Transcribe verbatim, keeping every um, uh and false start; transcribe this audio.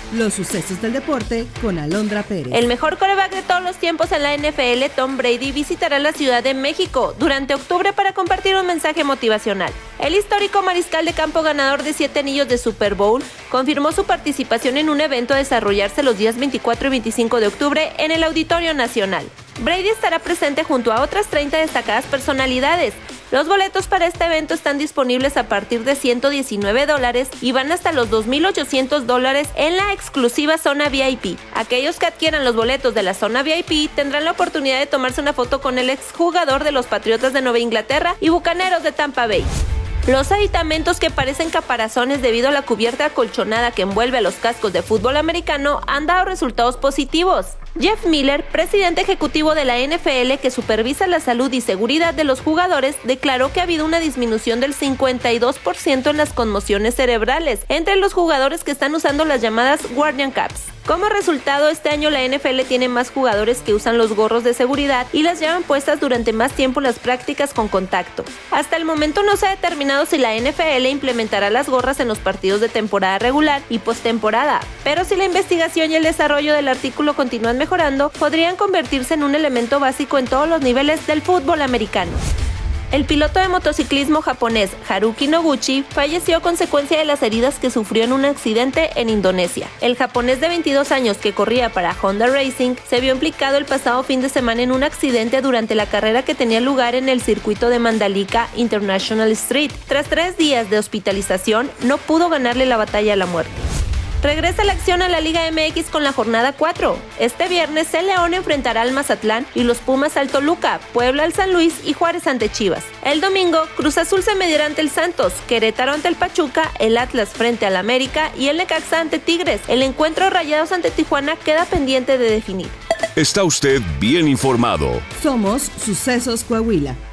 Los sucesos del deporte con Alondra Pérez. El mejor quarterback de todos los tiempos en la N F L, Tom Brady, visitará la Ciudad de México durante octubre para compartir un mensaje motivacional. El histórico mariscal de campo ganador de siete anillos de Super Bowl confirmó su participación en un evento a desarrollarse los días veinticuatro y veinticinco de octubre en el Auditorio Nacional. Brady estará presente junto a otras treinta destacadas personalidades. Los boletos para este evento están disponibles a partir de ciento diecinueve dólares y van hasta los dos mil ochocientos dólares en la exclusiva zona V I P. Aquellos que adquieran los boletos de la zona V I P tendrán la oportunidad de tomarse una foto con el exjugador de los Patriotas de Nueva Inglaterra y Bucaneros de Tampa Bay. Los aditamentos que parecen caparazones debido a la cubierta acolchonada que envuelve a los cascos de fútbol americano han dado resultados positivos. Jeff Miller, presidente ejecutivo de la N F L que supervisa la salud y seguridad de los jugadores, declaró que ha habido una disminución del cincuenta y dos por ciento en las conmociones cerebrales entre los jugadores que están usando las llamadas Guardian Caps. Como resultado, este año la N F L tiene más jugadores que usan los gorros de seguridad y las llevan puestas durante más tiempo en las prácticas con contacto. Hasta el momento no se ha determinado si la N F L implementará las gorras en los partidos de temporada regular y postemporada, pero si la investigación y el desarrollo del artículo continúan mejorando, podrían convertirse en un elemento básico en todos los niveles del fútbol americano. El piloto de motociclismo japonés Haruki Noguchi falleció a consecuencia de las heridas que sufrió en un accidente en Indonesia. El japonés de veintidós años que corría para Honda Racing se vio implicado el pasado fin de semana en un accidente durante la carrera que tenía lugar en el circuito de Mandalika International Street. Tras tres días de hospitalización, no pudo ganarle la batalla a la muerte. Regresa la acción a la Liga M X con la jornada cuatro. Este viernes el León enfrentará al Mazatlán y los Pumas al Toluca, Puebla al San Luis y Juárez ante Chivas. El domingo, Cruz Azul se medirá ante el Santos, Querétaro ante el Pachuca, el Atlas frente al América y el Necaxa ante Tigres. El encuentro Rayados ante Tijuana queda pendiente de definir. Está usted bien informado. Somos Sucesos Coahuila.